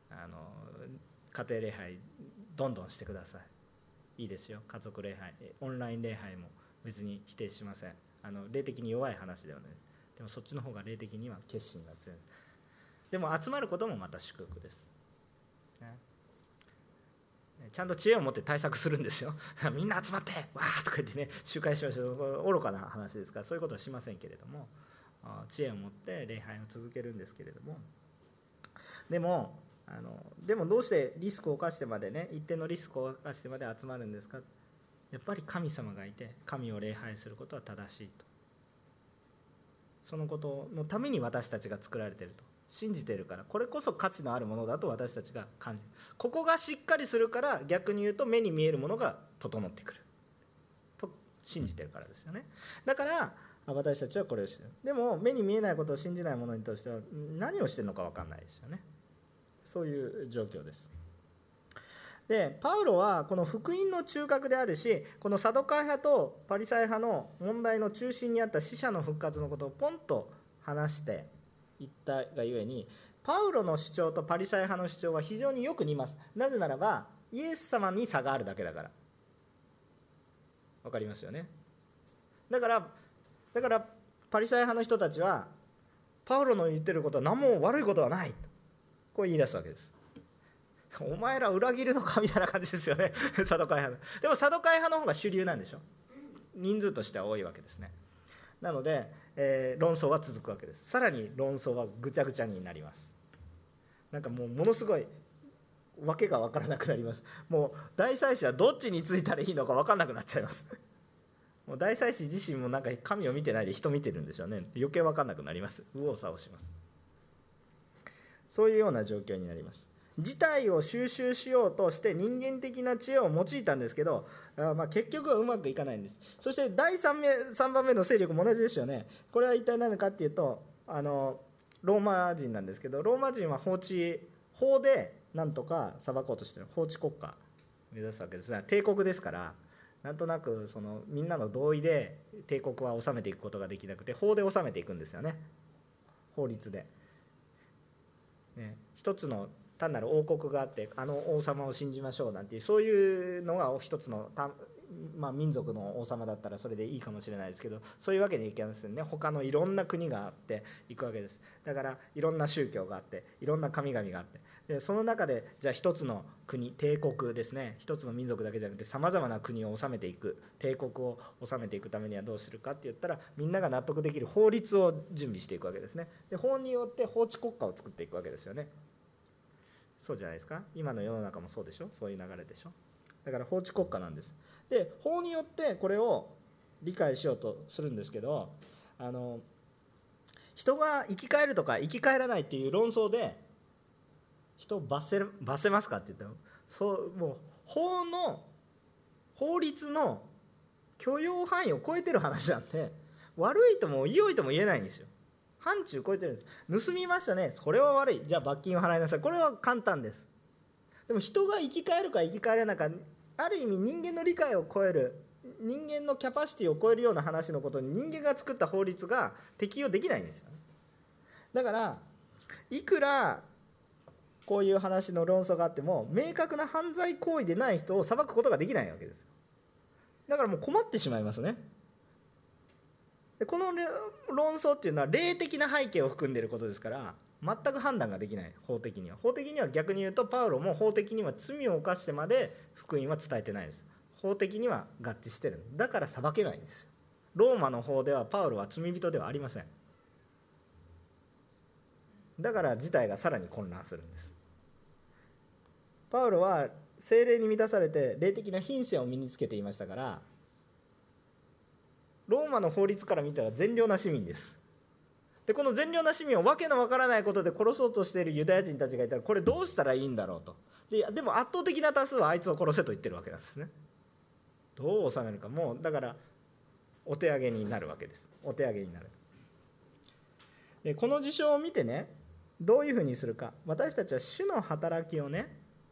あの家庭礼拝どんどんしてください。いいですよ。家族礼拝、オンライン礼拝も別に否定しません。あの霊的に弱い話ではない。でもそっちの方が霊的には決心が強い。でも集まることもまた祝福です、ね、ちゃんと知恵を持って対策するんですよ。みんな集まってわーとか言ってね、集会しましょう、愚かな話ですから、そういうことはしませんけれども、知恵を持って礼拝を続けるんですけれども、でもあのでもどうしてリスクを冒してまでね、一定のリスクを冒してまで集まるんですか。やっぱり神様がいて、神を礼拝することは正しいと、そのことのために私たちが作られていると信じているから、これこそ価値のあるものだと私たちが感じる。ここがしっかりするから、逆に言うと目に見えるものが整ってくると信じてるからですよね。だから私たちはこれをしている。でも目に見えないことを信じない者にとっては何をしてるのか分かんないですよね。そういう状況です。でパウロはこの福音の中核であるし、このサドカイ派とパリサイ派の問題の中心にあった死者の復活のことをポンと話していったがゆえに、パウロの主張とパリサイ派の主張は非常によく似ます。なぜならばイエス様に差があるだけだから。わかりますよね。だからだからパリサイ派の人たちはパウロの言ってることは何も悪いことはない、こう言い出すわけです。お前ら裏切るのかみたいな感じですよね。サドカイ派の。でもサドカイ派の方が主流なんでしょ。人数としては多いわけですね。なので、えー、論争は続くわけです。さらに論争はぐちゃぐちゃになります。なんかもうものすごいわけが分からなくなります。もう大祭司はどっちについたらいいのか分からなくなっちゃいます。もう大祭司自身もなんか神を見てないで人見てるんでしょうね。余計分からなくなります。右往左往します。そういうような状況になります。事態を収拾しようとして人間的な知恵を用いたんですけど、あまあ結局はうまくいかないんです。そしてだい 3, 3番目の勢力も同じですよね。これは一体何かっていうと、あのローマ人なんですけど、ローマ人は法治法でなんとか裁こうとしている、法治国家目指すわけですが、帝国ですから、なんとなくそのみんなの同意で帝国は治めていくことができなくて、法で治めていくんですよね。法律で、ね、一つの単なる王国があって、あの王様を信じましょうなんていう、そういうのが一つの、まあ、民族の王様だったらそれでいいかもしれないですけど、そういうわけにいかないですよね。他のいろんな国があっていくわけです。だからいろんな宗教があって、いろんな神々があって、でその中でじゃあ一つの国、帝国ですね、一つの民族だけじゃなくてさまざまな国を治めていく、帝国を治めていくためにはどうするかって言ったら、みんなが納得できる法律を準備していくわけですね。で法によって法治国家を作っていくわけですよね。そうじゃないですか。今の世の中もそうでしょ。そういう流れでしょ。だから法治国家なんです。で法によってこれを理解しようとするんですけど、あの人が生き返るとか生き返らないっていう論争で人を罰せ罰せますかって言ったら、そうもう法の法律の許容範囲を超えてる話なんで、悪いとも良いとも言えないんですよ。範疇超えてるんです。盗みましたね、これは悪い、じゃあ罰金を払いなさい、これは簡単です。でも人が生き返るか生き返らないか、ある意味人間の理解を超える、人間のキャパシティを超えるような話のことに人間が作った法律が適用できないんですよ。だからいくらこういう話の論争があっても、明確な犯罪行為でない人を裁くことができないわけですよ。だからもう困ってしまいますね。でこの論争っていうのは霊的な背景を含んでいることですから、全く判断ができない。法的には法的には逆に言うと、パウロも法的には罪を犯してまで福音は伝えてないです。法的には合致してる。だから裁けないんですよ。ローマの法ではパウロは罪人ではありません。だから事態がさらに混乱するんです。パウロは聖霊に満たされて霊的な品性を身につけていましたから、ローマの法律から見たら善良な市民です。でこの善良な市民をわけのわからないことで殺そうとしているユダヤ人たちがいたら、これどうしたらいいんだろうと。 で, でも圧倒的な多数はあいつを殺せと言ってるわけなんですね。どう収めるか、もうだからお手上げになるわけです。お手上げになる。でこの事象を見てね、どういうふうにするか。私たちは主の働きをね、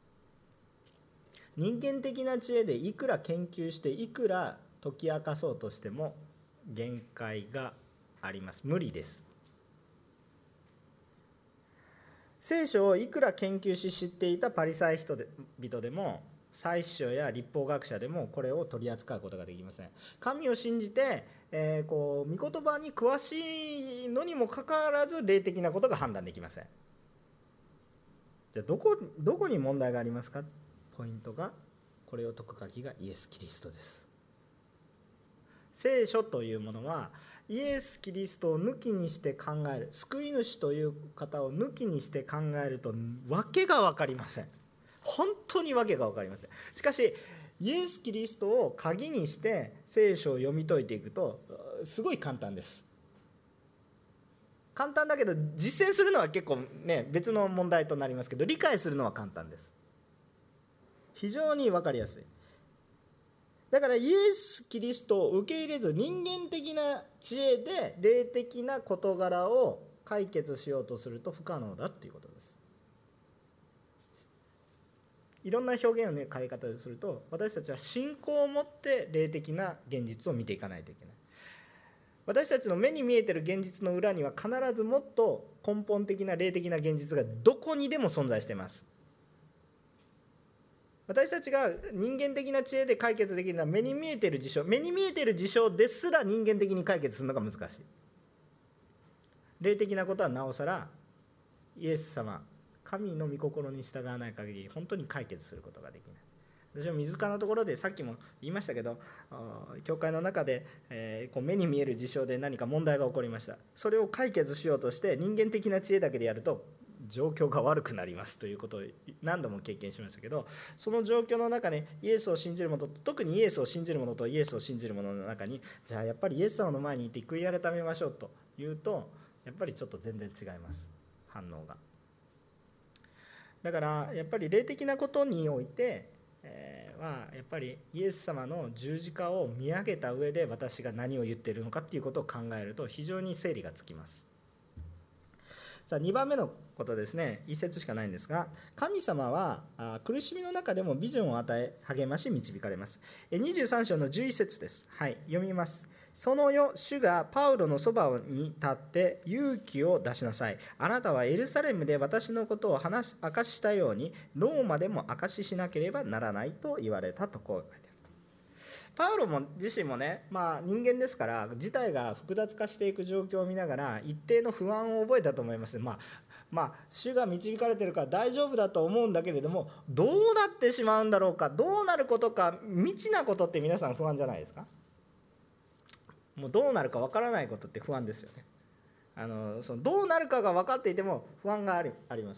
人間的な知恵でいくら研究していくら解き明かそうとしても限界があります。無理です。 聖書をいくら研究し知っていたパリサイ人でも祭司長や律法学者でもこれを取り扱うことができません。神を信じて、えー、こう御言葉に詳しいのにもかかわらず霊的なことが判断できません。じゃあどこ、どこに問題がありますか。ポイントが、これを解く鍵がイエス・キリストです。聖書というものはイエス・キリストを抜きにして考える、救い主という方を抜きにして考えると訳が分かりません。本当に訳が分かりません。しかしイエス・キリストを鍵にして聖書を読み解いていくとすごい簡単です。簡単だけど実践するのは結構ね別の問題となりますけど、理解するのは簡単です。非常に分かりやすい。だからイエス・キリストを受け入れず人間的な知恵で霊的な事柄を解決しようとすると不可能だということです。いろんな表現を、ね、変え方ですると、私たちは信仰を持って霊的な現実を見ていかないといけない。私たちの目に見えている現実の裏には必ずもっと根本的な霊的な現実がどこにでも存在しています。私たちが人間的な知恵で解決できるのは目に見えている事象、目に見えている事象ですら人間的に解決するのが難しい。霊的なことはなおさらイエス様、神の御心に従わない限り本当に解決することができない。私は水川のところでさっきも言いましたけど、教会の中で、えー、こう目に見える事象で何か問題が起こりました。それを解決しようとして人間的な知恵だけでやると状況が悪くなりますということを何度も経験しましたけど、その状況の中でイエスを信じる者と、特にイエスを信じる者とイエスを信じる者の中に、じゃあやっぱりイエス様の前に行って悔い改めましょうというと、やっぱりちょっと全然違います、反応が。だからやっぱり霊的なことにおいて、えー、はやっぱりイエス様の十字架を見上げた上で私が何を言っているのかということを考えると非常に整理がつきます。さあにばんめのことですね、一節しかないんですが、神様は苦しみの中でもビジョンを与え励まし導かれます。にじゅうさん章のじゅういち節です。はい、読みます。その夜、主がパウロのそばに立って勇気を出しなさい。あなたはエルサレムで私のことを話し証ししたようにローマでも証ししなければならないと言われたとこう書いてある。パウロも自身もね、まあ、人間ですから事態が複雑化していく状況を見ながら一定の不安を覚えたと思います。まあまあ、主が導かれているから大丈夫だと思うんだけれども、どうなってしまうんだろうか、どうなることか、未知なことって皆さん不安じゃないですか。もうどうなるか分からないことって不安ですよね。あのそのどうなるかが分かっていても不安があり、あります。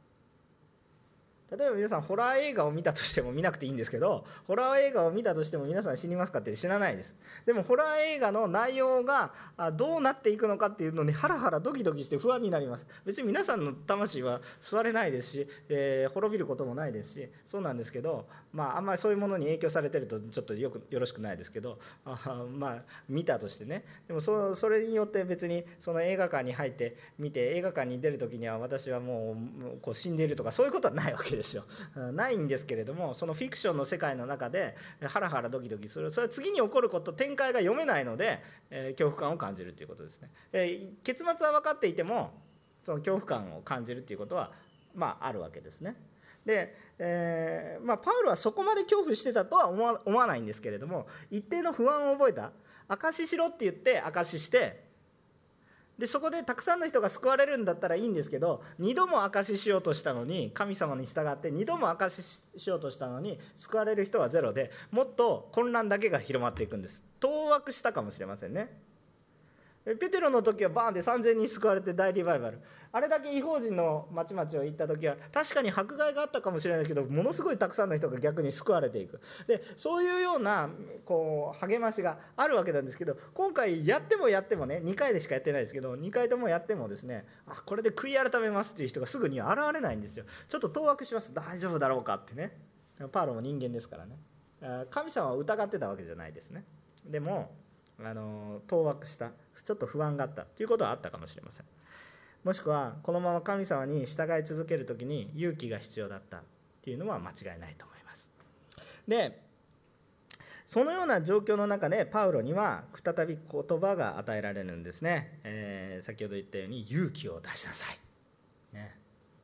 例えば皆さんホラー映画を見たとしても、見なくていいんですけど、ホラー映画を見たとしても皆さん死にますかって知らないです。でもホラー映画の内容がどうなっていくのかっていうのにハラハラドキドキして不安になります。別に皆さんの魂は座れないですし、えー、滅びることもないですし、そうなんですけど、まああんまりそういうものに影響されてるとちょっとよくよろしくないですけど、あまあ見たとしてね、でも そ, それによって別にその映画館に入って見て、映画館に出る時には私はもうこう死んでいるとかそういうことはないわけですですよ。ないんですけれども、そのフィクションの世界の中でハラハラドキドキする、それは次に起こること、展開が読めないので、えー、恐怖感を感じるということですね。えー、結末は分かっていてもその恐怖感を感じるということはまああるわけですね。で、えーまあ、パウロはそこまで恐怖してたとは思 わ, 思わないんですけれども、一定の不安を覚えた。証ししろって言って証しして、でそこでたくさんの人が救われるんだったらいいんですけど、にども証ししようとしたのに、神様に従ってにども証ししようとしたのに救われる人はゼロで、もっと混乱だけが広まっていくんです。当惑したかもしれませんね。ペテロの時はバーンでさんぜんにん救われて大リバイバル。あれだけ異邦人の町々を行った時は確かに迫害があったかもしれないけど、ものすごいたくさんの人が逆に救われていく。でそういうようなこう励ましがあるわけなんですけど、今回やってもやってもね、にかいでしかやってないですけど、にかいともやってもですね、あこれで悔い改めますっていう人がすぐには現れないんですよ。ちょっと当惑します。大丈夫だろうかってね。パウロも人間ですからね。神様を疑ってたわけじゃないですね。でもあの当惑した、ちょっと不安があったということはあったかもしれません。もしくはこのまま神様に従い続けるときに勇気が必要だったっていうのは間違いないと思います。でそのような状況の中でパウロには再び言葉が与えられるんですね。えー、先ほど言ったように勇気を出しなさい、ね、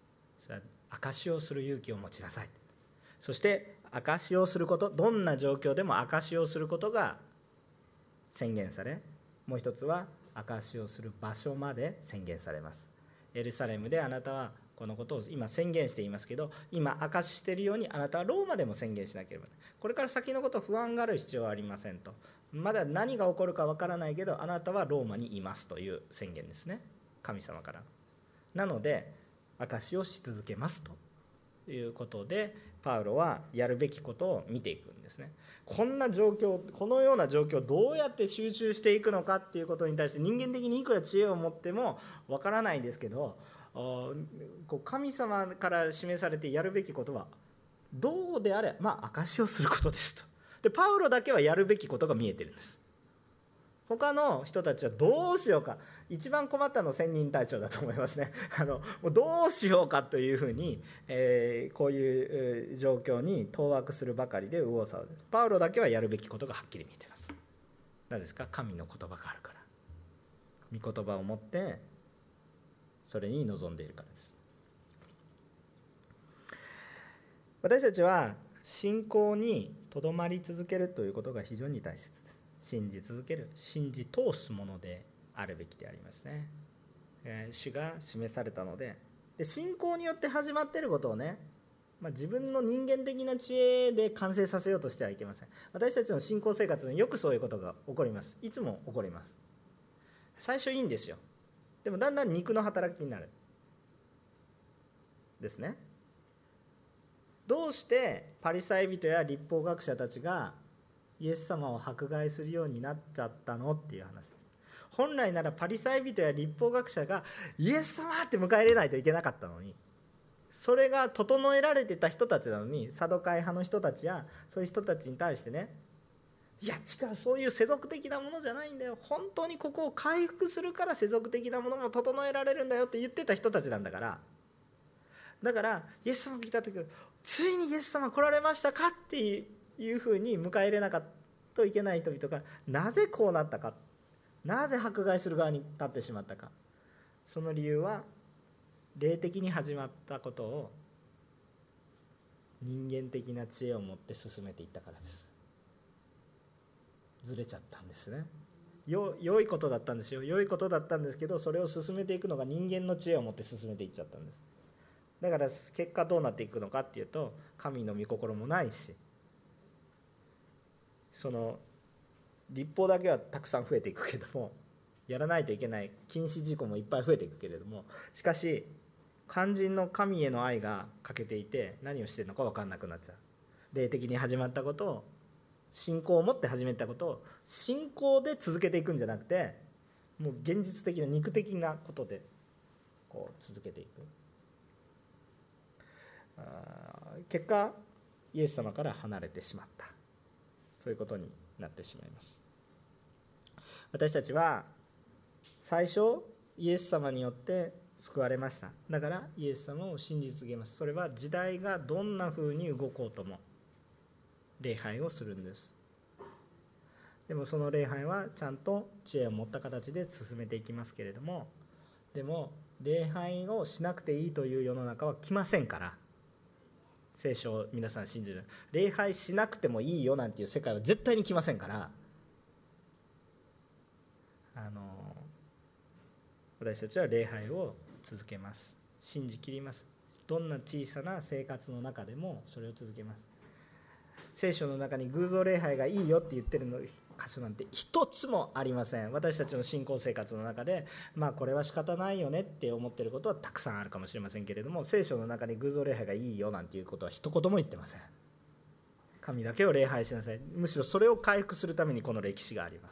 証しをする勇気を持ちなさい。そして証しをすること、どんな状況でも証しをすることが宣言され、もう一つは証しをする場所まで宣言されます。エルサレムであなたはこのことを今宣言していますけど、今証ししているようにあなたはローマでも宣言しなければならない。これから先のこと不安がある必要はありませんと。まだ何が起こるかわからないけどあなたはローマにいますという宣言ですね、神様から。なので証しをし続けますということで、パウロはやるべきことを見ていくんですね。こんな状況、このような状況をどうやって集中していくのかっていうことに対して、人間的にいくら知恵を持ってもわからないんですけど、神様から示されてやるべきことはどうであれ、まあ証しをすることですと。でパウロだけはやるべきことが見えてるんです。他の人たちはどうしようか、一番困ったのは専任隊長だと思いますね。あのもうどうしようかというふうに、えー、こういう、状況に当惑するばかりで右往左往です。パウロだけはやるべきことがはっきり見えています。なぜですか？神の言葉があるから。御言葉を持ってそれに臨んでいるからです。私たちは信仰にとどまり続けるということが非常に大切です。信じ続ける、信じ通すものであるべきでありますね。えー、主が示されたので、で信仰によって始まっていることをね、まあ、自分の人間的な知恵で完成させようとしてはいけません。私たちの信仰生活によくそういうことが起こります。いつも起こります。最初いいんですよ。でもだんだん肉の働きになるですね。どうしてパリサイ人や律法学者たちがイエス様を迫害するようになっちゃったのっていう話です。本来ならパリサイ人や律法学者がイエス様って迎え入れないといけなかったのに、それが整えられてた人たちなのに、サドカイ派の人たちやそういう人たちに対してね、いや違う、そういう世俗的なものじゃないんだよ、本当にここを回復するから世俗的なものも整えられるんだよって言ってた人たちなんだから、だからイエス様が来た時、ついにイエス様来られましたかっていうふうに迎え入れなかったといけない人々がなぜこうなったか、なぜ迫害する側に立ってしまったか、その理由は霊的に始まったことを人間的な知恵を持って進めていったからです。ずれちゃったんですね。よ良いことだったんですよ。良いことだったんですけど、それを進めていくのが人間の知恵を持って進めていっちゃったんです。だから結果どうなっていくのかっていうと、神の御心もないし、その律法だけはたくさん増えていくけども、やらないといけない禁止事項もいっぱい増えていくけれども、しかし肝心の神への愛が欠けていて、何をしているのか分かんなくなっちゃう。霊的に始まったことを、信仰を持って始めたことを信仰で続けていくんじゃなくて、もう現実的な肉的なことでこう続けていく。結果イエス様から離れてしまった、そういうことになってしまいます。私たちは最初イエス様によって救われました。だからイエス様を信じ続けます。それは時代がどんなふうに動こうとも礼拝をするんです。でもその礼拝はちゃんと知恵を持った形で進めていきますけれども、でも礼拝をしなくていいという世の中は来ませんから、聖書を皆さん信じる、礼拝しなくてもいいよなんていう世界は絶対に来ませんから、あの私たちは礼拝を続けます。信じきります。どんな小さな生活の中でもそれを続けます。聖書の中に偶像礼拝がいいよって言ってるの箇所なんて一つもありません。私たちの信仰生活の中で、まあこれは仕方ないよねって思ってることはたくさんあるかもしれませんけれども、聖書の中に偶像礼拝がいいよなんていうことは一言も言ってません。神だけを礼拝しなさい。むしろそれを回復するためにこの歴史があります。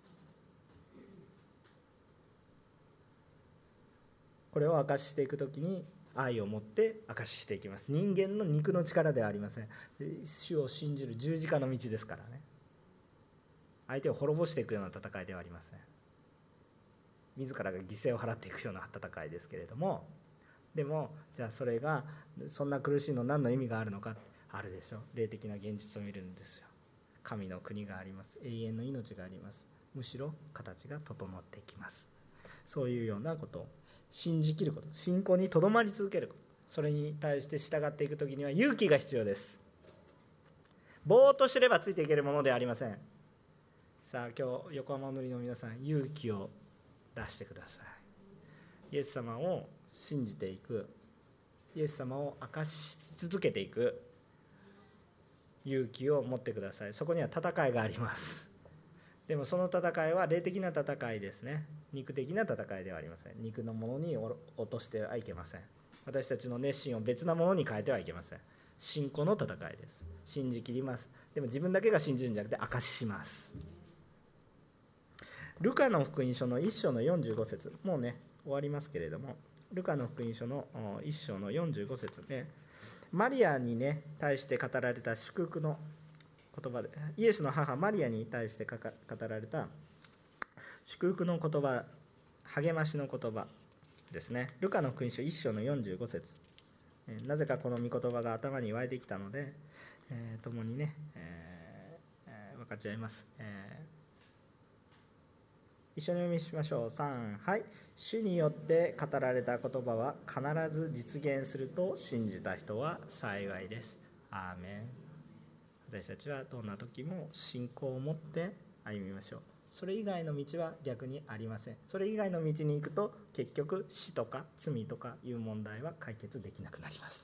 これを証ししていくときに愛を持って証ししていきます。人間の肉の力ではありません。主を信じる十字架の道ですからね。相手を滅ぼしていくような戦いではありません。自らが犠牲を払っていくような戦いですけれども、でもじゃあそれがそんな苦しいの何の意味があるのか、あるでしょう。霊的な現実を見るんですよ。神の国があります。永遠の命があります。むしろ形が整っていきます。そういうようなことを信じきること、信仰にとどまり続けること、 それに対して従っていくときには勇気が必要です。ぼーっとしてればついていけるものではありません。さあ今日横浜のりの皆さん、勇気を出してください。イエス様を信じていく、イエス様を明かし続けていく勇気を持ってください。そこには戦いがあります。でもその戦いは霊的な戦いですね。肉的な戦いではありません。肉のものに落としてはいけません。私たちの熱心を別なものに変えてはいけません。信仰の戦いです。信じきります。でも自分だけが信じるんじゃなくて証しします。ルカの福音書のいっ章のよんじゅうご節、もうね終わりますけれども、ルカの福音書のいっ章のよんじゅうご節ね、マリアにね対して語られた祝福の言葉で、イエスの母マリアに対して語られた祝福の言葉、励ましの言葉ですね。ルカの福音書いっ章のよんじゅうご節、なぜかこの御言葉が頭に湧いてきたので、えー、共にね、えー、分かち合います、えー、一緒にお読みしましょう。さん、はい。主によって語られた言葉は必ず実現すると信じた人は幸いです。アーメン。私たちはどんな時も信仰を持って歩みましょう。それ以外の道は逆にありません。それ以外の道に行くと結局死とか罪とかいう問題は解決できなくなります。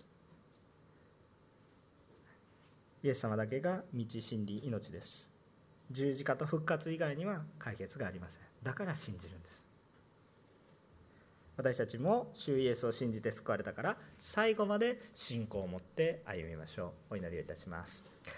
イエス様だけが道、真理、命です。十字架と復活以外には解決がありません。だから信じるんです。私たちも主イエスを信じて救われたから、最後まで信仰を持って歩みましょう。お祈りをいたします。